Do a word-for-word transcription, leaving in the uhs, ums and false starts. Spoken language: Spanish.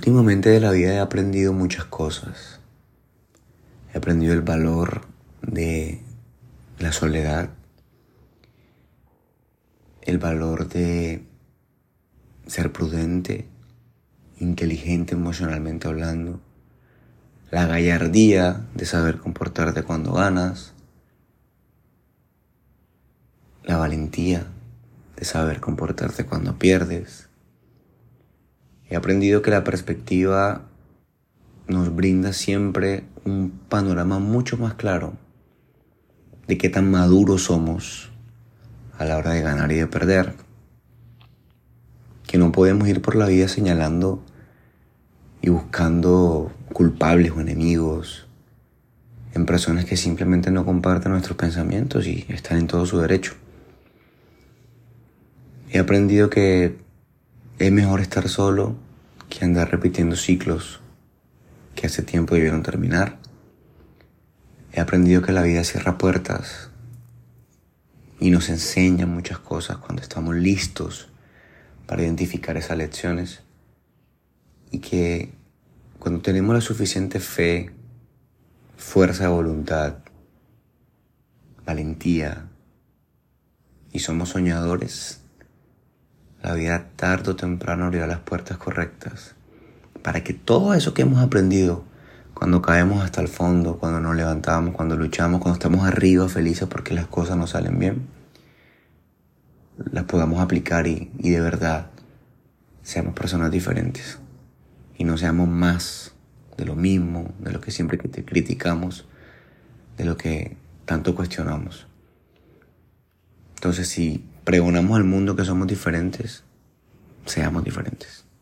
Últimamente de la vida he aprendido muchas cosas. He aprendido el valor de la soledad, el valor de ser prudente, inteligente emocionalmente hablando, la gallardía de saber comportarte cuando ganas, la valentía de saber comportarte cuando pierdes. He aprendido que la perspectiva nos brinda siempre un panorama mucho más claro de qué tan maduros somos a la hora de ganar y de perder. Que no podemos ir por la vida señalando y buscando culpables o enemigos en personas que simplemente no comparten nuestros pensamientos y están en todo su derecho. He aprendido que es mejor estar solo que andar repitiendo ciclos que hace tiempo debieron terminar. He aprendido que la vida cierra puertas y nos enseña muchas cosas cuando estamos listos para identificar esas lecciones, y que cuando tenemos la suficiente fe, fuerza de voluntad, valentía y somos soñadores, la vida tarde o temprano abrirá las puertas correctas para que todo eso que hemos aprendido, cuando caemos hasta el fondo, cuando nos levantamos, cuando luchamos, cuando estamos arriba felices porque las cosas nos salen bien, las podamos aplicar y, y de verdad seamos personas diferentes y no seamos más de lo mismo, de lo que siempre criticamos, de lo que tanto cuestionamos. Entonces, si pregonamos al mundo que somos diferentes, seamos diferentes.